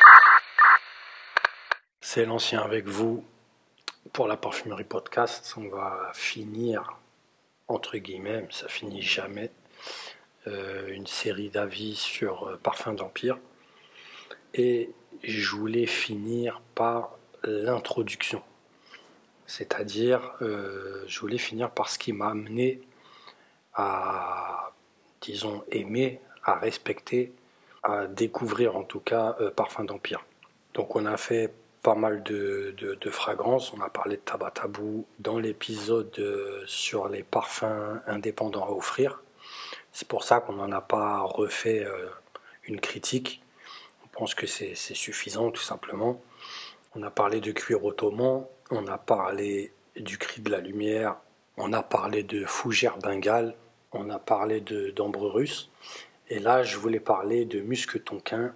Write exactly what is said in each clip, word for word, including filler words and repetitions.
C'est l'ancien avec vous pour la parfumerie podcast. On va finir, entre guillemets, mais ça finit jamais, euh, une série d'avis sur euh, Parfum d'Empire. Et je voulais finir par l'introduction. C'est-à-dire, euh, je voulais finir par ce qui m'a amené à, disons, aimer, à respecter, à découvrir en tout cas euh, Parfum d'Empire. Donc on a fait pas mal de, de, de fragrances, on a parlé de tabac tabou dans l'épisode euh, sur les parfums indépendants à offrir. C'est pour ça qu'on n'en a pas refait euh, une critique. On pense que c'est, c'est suffisant tout simplement. On a parlé de cuir ottoman, on a parlé du cri de la lumière, on a parlé de fougère bengale, on a parlé de, d'ambre russe. Et là, je voulais parler de musc tonquin.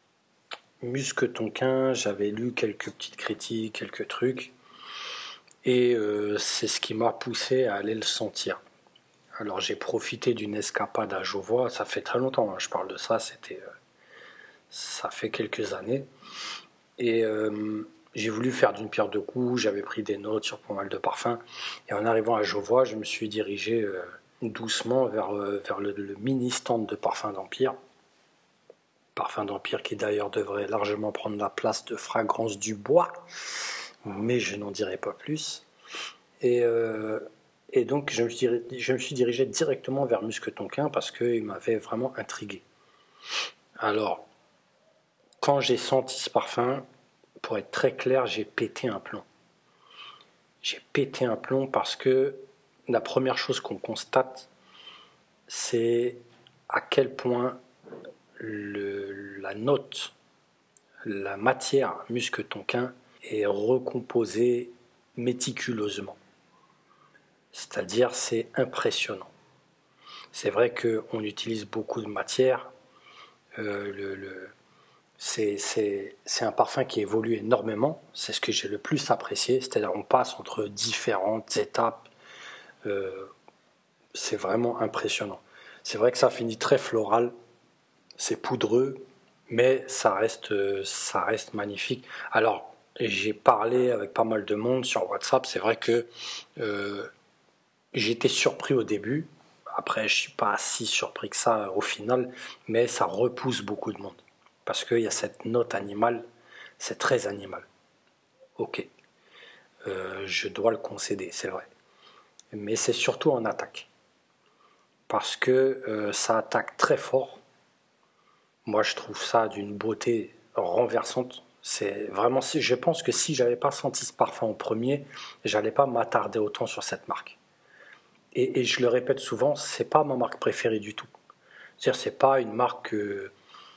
Musc tonquin, j'avais lu quelques petites critiques, quelques trucs, et euh, c'est ce qui m'a poussé à aller le sentir. Alors j'ai profité d'une escapade à Jovois, ça fait très longtemps, hein, je parle de ça, c'était, euh, ça fait quelques années, et euh, j'ai voulu faire d'une pierre deux coups, j'avais pris des notes sur pas mal de parfums, et en arrivant à Jovois, je me suis dirigé euh, doucement vers, euh, vers le, le mini stand de Parfum d'Empire. Parfum d'Empire qui d'ailleurs devrait largement prendre la place de Fragrance du Bois, mais je n'en dirai pas plus. Et, euh, et donc je me, suis, je me suis dirigé directement vers Musc Tonquin parce qu'il m'avait vraiment intrigué. Alors, quand j'ai senti ce parfum, pour être très clair, j'ai pété un plomb. J'ai pété un plomb parce que la première chose qu'on constate, c'est à quel point le, la note, la matière musc tonquin est recomposée méticuleusement. C'est-à-dire, c'est impressionnant. C'est vrai qu'on utilise beaucoup de matière. Euh, le, le, c'est, c'est, c'est un parfum qui évolue énormément. C'est ce que j'ai le plus apprécié. C'est-à-dire, on passe entre différentes étapes. Euh, c'est vraiment impressionnant. C'est vrai que ça finit très floral. C'est poudreux, mais ça reste, ça reste magnifique. Alors, j'ai parlé avec pas mal de monde sur WhatsApp. C'est vrai que euh, j'ai été surpris au début. Après, je ne suis pas si surpris que ça au final, mais ça repousse beaucoup de monde. Parce qu'il y a cette note animale, c'est très animal. Ok, euh, je dois le concéder, c'est vrai. Mais c'est surtout en attaque. Parce que euh, ça attaque très fort. Moi, je trouve ça d'une beauté renversante. C'est vraiment, je pense que si j'avais pas senti ce parfum en premier, j'allais pas m'attarder autant sur cette marque. Et, et je le répète souvent, c'est pas ma marque préférée du tout. C'est-à-dire, c'est pas une marque que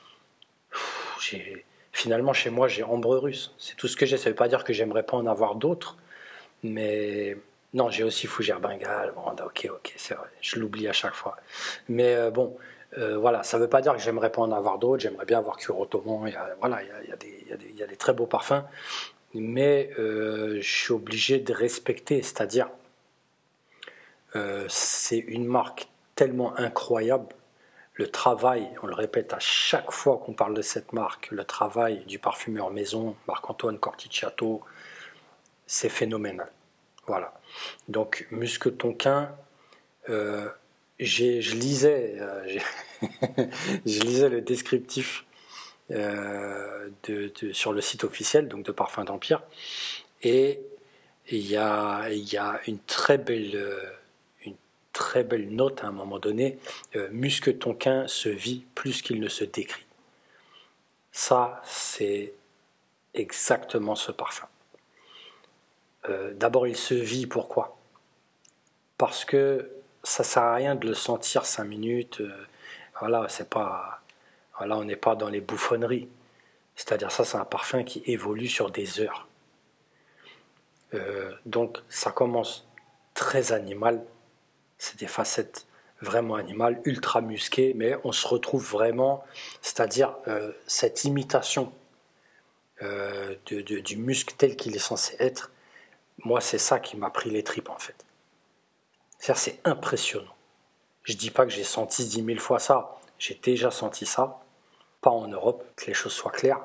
j'ai, finalement chez moi j'ai ambre russe. C'est tout ce que j'ai. Ça veut pas dire que j'aimerais pas en avoir d'autres, mais non, j'ai aussi fougère bengale. Bon, ok, ok, c'est vrai. Je l'oublie à chaque fois. Mais euh, bon. Euh, voilà, ça ne veut pas dire que j'aimerais pas en avoir d'autres, j'aimerais bien avoir cuir ottoman, il y a, voilà, il y a, il y a des, il y a des, il y a des très beaux parfums, mais euh, je suis obligé de respecter, c'est-à-dire euh, c'est une marque tellement incroyable, le travail, on le répète à chaque fois qu'on parle de cette marque, le travail du parfumeur maison, Marc-Antoine Corticciato, c'est phénoménal. Voilà. Donc Musc Tonquin, euh, j'ai, je lisais, euh, je lisais le descriptif euh, de, de, sur le site officiel donc de Parfum d'Empire, et il y a, il y a une très belle, une très belle note à un moment donné. Euh, Musc Tonquin se vit plus qu'il ne se décrit. Ça, c'est exactement ce parfum. Euh, d'abord, il se vit. Pourquoi ? Parce que ça sert à rien de le sentir cinq minutes. Euh, voilà, c'est pas, voilà, on n'est pas dans les bouffonneries. C'est-à-dire ça, c'est un parfum qui évolue sur des heures. Euh, donc ça commence très animal, c'est des facettes vraiment animales, ultra musquées, mais on se retrouve vraiment, c'est-à-dire euh, cette imitation euh, de, de, du musc tel qu'il est censé être. Moi, c'est ça qui m'a pris les tripes en fait. C'est-à-dire, c'est impressionnant. Je dis pas que j'ai senti dix mille fois ça, j'ai déjà senti ça, pas en Europe, que les choses soient claires,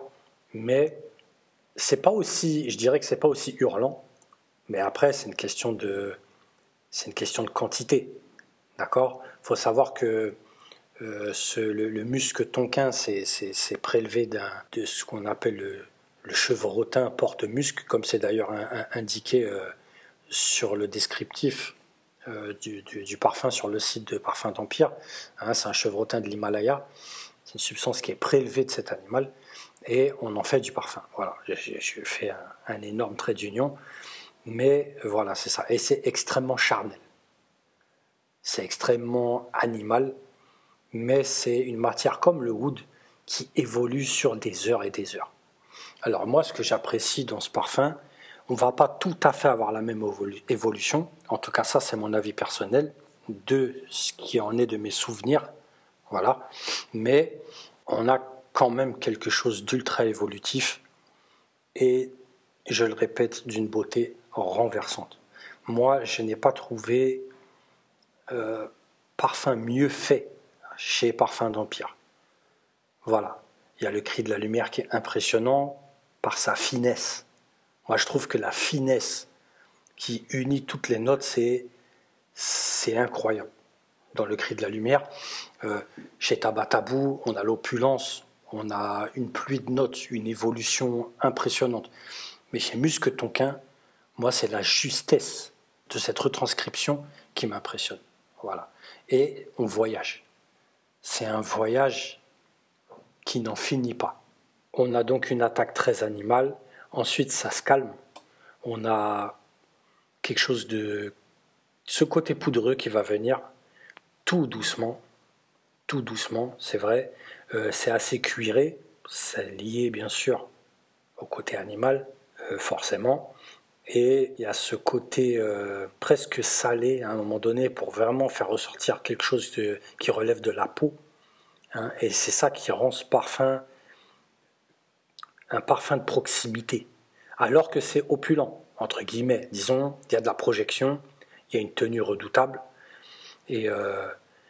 mais c'est pas aussi, je dirais que c'est pas aussi hurlant, mais après c'est une question de, c'est une question de quantité, d'accord? Il faut savoir que euh, ce, le, le musc tonquin, c'est, c'est, c'est prélevé d'un, de ce qu'on appelle le, le chevrotin porte-musc, comme c'est d'ailleurs un, un, indiqué euh, sur le descriptif euh, du, du, du parfum sur le site de Parfums d'Empire. Hein, c'est un chevrotin de l'Himalaya, c'est une substance qui est prélevée de cet animal et on en fait du parfum. Voilà, j'ai, j'ai fait un, un énorme trait d'union, mais voilà, c'est ça. Et c'est extrêmement charnel, c'est extrêmement animal, mais c'est une matière comme le oud qui évolue sur des heures et des heures. Alors moi, ce que j'apprécie dans ce parfum, on ne va pas tout à fait avoir la même évolution, en tout cas ça c'est mon avis personnel, de ce qui en est de mes souvenirs, voilà, mais on a quand même quelque chose d'ultra évolutif et, je le répète, d'une beauté renversante. Moi, je n'ai pas trouvé euh, parfum mieux fait chez Parfums d'Empire. Voilà, il y a le cri de la lumière qui est impressionnant par sa finesse. Moi, je trouve que la finesse qui unit toutes les notes, c'est, c'est incroyable. Dans le cri de la lumière, euh, chez Tabatabou, on a l'opulence, on a une pluie de notes, une évolution impressionnante. Mais chez Musc Tonquin, moi, c'est la justesse de cette retranscription qui m'impressionne. Voilà. Et on voyage. C'est un voyage qui n'en finit pas. On a donc une attaque très animale. Ensuite, ça se calme. On a quelque chose de... ce côté poudreux qui va venir tout doucement. Tout doucement, c'est vrai. Euh, c'est assez cuiré. C'est lié, bien sûr, au côté animal, euh, forcément. Et il y a ce côté euh, presque salé à un moment donné pour vraiment faire ressortir quelque chose de, qui relève de la peau. Hein, et c'est ça qui rend ce parfum un parfum de proximité. Alors que c'est opulent, entre guillemets. Disons, il y a de la projection, il y a une tenue redoutable. Et, euh,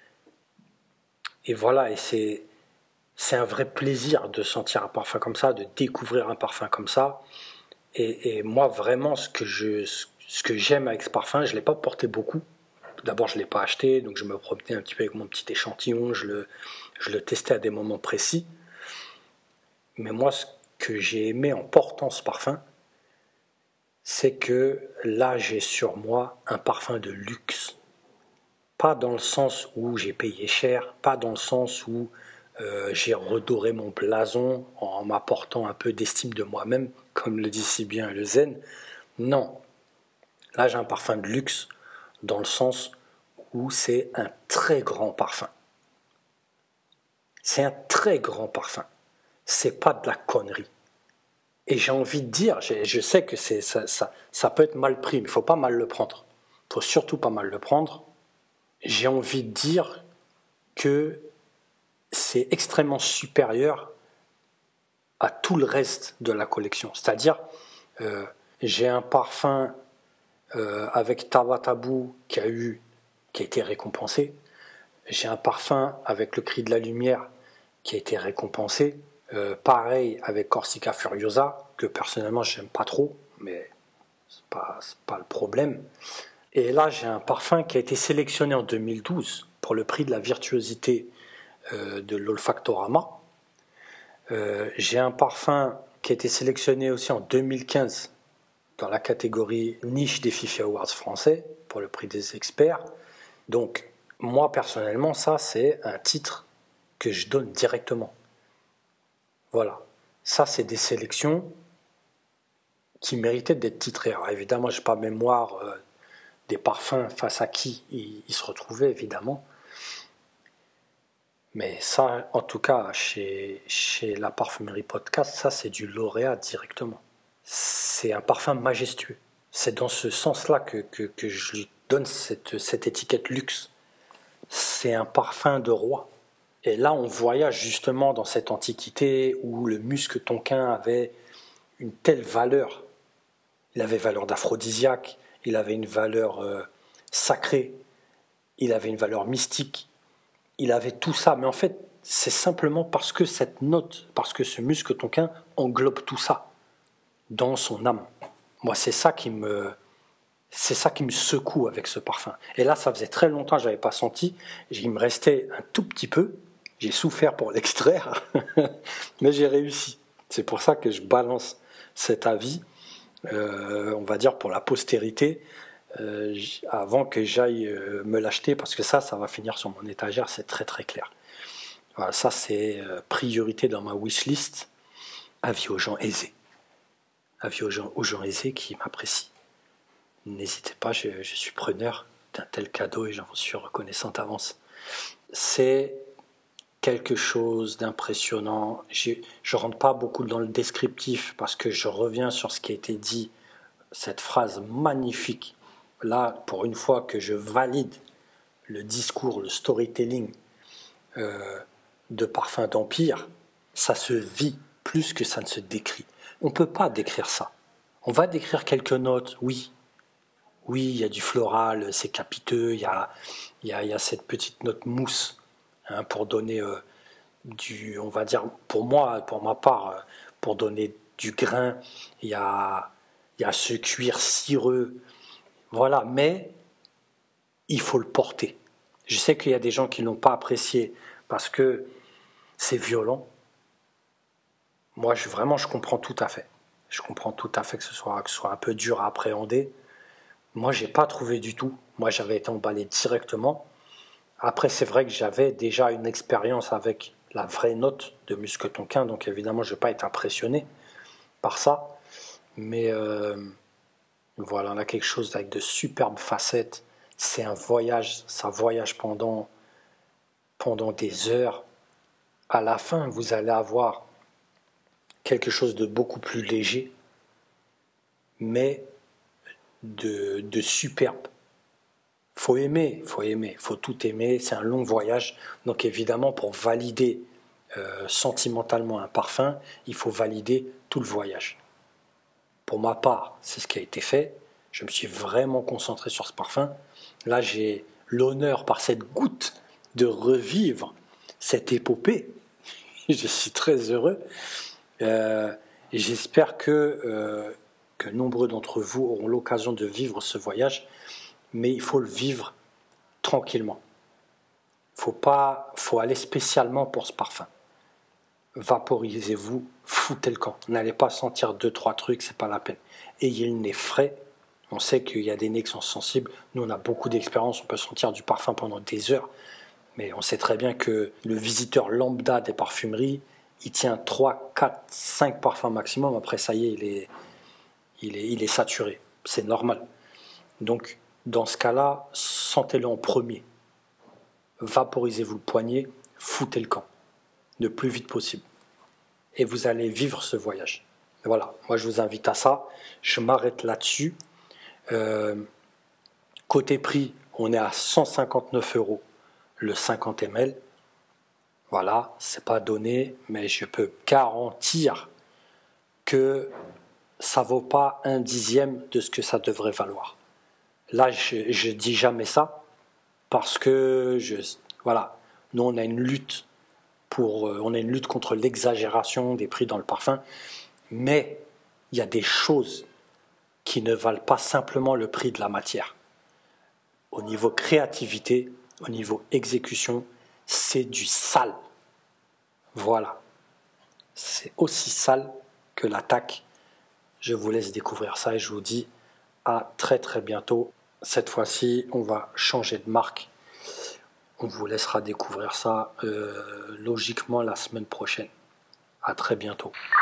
et voilà, et c'est, c'est un vrai plaisir de sentir un parfum comme ça, de découvrir un parfum comme ça. Et, et moi, vraiment, ce que, je, ce que j'aime avec ce parfum, je ne l'ai pas porté beaucoup. Tout d'abord, je ne l'ai pas acheté, donc je me promenais un petit peu avec mon petit échantillon, je le, je le testais à des moments précis. Mais moi, ce que j'ai aimé en portant ce parfum, c'est que là, j'ai sur moi un parfum de luxe. Pas dans le sens où j'ai payé cher, pas dans le sens où euh, j'ai redoré mon blason en m'apportant un peu d'estime de moi-même, comme le dit si bien le zen. Non, là j'ai un parfum de luxe dans le sens où c'est un très grand parfum. C'est un très grand parfum. C'est pas de la connerie. Et j'ai envie de dire, je sais que c'est, ça, ça, ça peut être mal pris, mais il ne faut pas mal le prendre. Il ne faut surtout pas mal le prendre. J'ai envie de dire que c'est extrêmement supérieur à tout le reste de la collection. C'est-à-dire, euh, j'ai un parfum euh, avec Tabatabou qui a eu, qui a été récompensé. J'ai un parfum avec le cri de la lumière qui a été récompensé. Euh, pareil avec Corsica Furiosa, que personnellement j'aime pas trop, mais c'est pas, c'est pas le problème. Et là j'ai un parfum qui a été sélectionné en deux mille douze pour le prix de la virtuosité euh, de l'Olfactorama. Euh, j'ai un parfum qui a été sélectionné aussi en deux mille quinze dans la catégorie niche des Fifi Awards français pour le prix des experts. Donc moi personnellement ça c'est un titre que je donne directement. Voilà, ça c'est des sélections qui méritaient d'être titrées. Alors évidemment, je n'ai pas mémoire euh, des parfums face à qui ils, ils se retrouvaient, évidemment. Mais ça, en tout cas, chez, chez la Parfumerie Podcast, ça c'est du lauréat directement. C'est un parfum majestueux. C'est dans ce sens-là que, que, que je lui donne cette, cette étiquette luxe. C'est un parfum de roi. Et là, on voyage justement dans cette antiquité où le musc tonquin avait une telle valeur. Il avait valeur d'aphrodisiaque, il avait une valeur euh, sacrée, il avait une valeur mystique, il avait tout ça. Mais en fait, c'est simplement parce que cette note, parce que ce musc tonquin englobe tout ça dans son âme. Moi, c'est ça qui me, c'est ça qui me secoue avec ce parfum. Et là, ça faisait très longtemps que je n'avais pas senti. Il me restait un tout petit peu. J'ai souffert pour l'extraire, mais j'ai réussi. C'est pour ça que je balance cet avis, euh, on va dire pour la postérité, euh, avant que j'aille euh, me l'acheter, parce que ça, ça va finir sur mon étagère, c'est très très clair. Voilà, ça c'est euh, priorité dans ma wishlist. Avis aux gens aisés. Avis aux gens, aux gens aisés qui m'apprécient. N'hésitez pas, je, je suis preneur d'un tel cadeau et j'en suis reconnaissant d'avance. C'est quelque chose d'impressionnant. Je ne rentre pas beaucoup dans le descriptif parce que je reviens sur ce qui a été dit, cette phrase magnifique. Là, pour une fois que je valide le discours, le storytelling euh, de Parfum d'Empire, ça se vit plus que ça ne se décrit. On ne peut pas décrire ça. On va décrire quelques notes, oui. Oui, il y a du floral, c'est capiteux, il y a, il y a, il y a cette petite note mousse hein, pour donner euh, du, on va dire, pour moi, pour ma part, euh, pour donner du grain, il y a, il y a ce cuir cireux, voilà, mais il faut le porter. Je sais qu'il y a des gens qui ne l'ont pas apprécié parce que c'est violent. Moi, je, vraiment, je comprends tout à fait. Je comprends tout à fait que ce soit, que ce soit un peu dur à appréhender. Moi, je n'ai pas trouvé du tout. Moi, j'avais été emballé directement. Après, c'est vrai que j'avais déjà une expérience avec la vraie note de musc tonquin, donc évidemment, je ne vais pas être impressionné par ça. Mais euh, voilà, on a quelque chose avec de superbes facettes. C'est un voyage, ça voyage pendant, pendant des heures. À la fin, vous allez avoir quelque chose de beaucoup plus léger, mais de, de superbe. Faut aimer, faut aimer, faut tout aimer. C'est un long voyage, donc évidemment pour valider euh, sentimentalement un parfum, il faut valider tout le voyage. Pour ma part, c'est ce qui a été fait. Je me suis vraiment concentré sur ce parfum. Là, j'ai l'honneur par cette goutte de revivre cette épopée. Je suis très heureux. Euh, et j'espère que, euh, que nombreux d'entre vous auront l'occasion de vivre ce voyage. Mais il faut le vivre tranquillement. Faut pas, faut aller spécialement pour ce parfum. Vaporisez-vous, foutez le camp. N'allez pas sentir deux trois trucs, c'est pas la peine. Ayez le nez frais. On sait qu'il y a des nez qui sont sensibles. Nous, on a beaucoup d'expérience. On peut sentir du parfum pendant des heures, mais on sait très bien que le visiteur lambda des parfumeries, il tient trois, quatre, cinq parfums maximum. Après, ça y est, il est, il est, il est saturé. C'est normal. Donc, dans ce cas-là, sentez-le en premier. Vaporisez-vous le poignet, foutez le camp, le plus vite possible. Et vous allez vivre ce voyage. Voilà, moi je vous invite à ça. Je m'arrête là-dessus. Euh, côté prix, on est à cent cinquante-neuf euros le cinquante millilitres. Voilà, c'est pas donné, mais je peux garantir que ça vaut pas un dixième de ce que ça devrait valoir. Là, je, je dis jamais ça parce que je, voilà, nous on a une lutte pour, on a une lutte contre l'exagération des prix dans le parfum, mais il y a des choses qui ne valent pas simplement le prix de la matière. Au niveau créativité, au niveau exécution, c'est du sale. Voilà, c'est aussi sale que l'attaque. Je vous laisse découvrir ça et je vous dis à très très bientôt. Cette fois-ci, on va changer de marque. On vous laissera découvrir ça euh, logiquement la semaine prochaine. À très bientôt.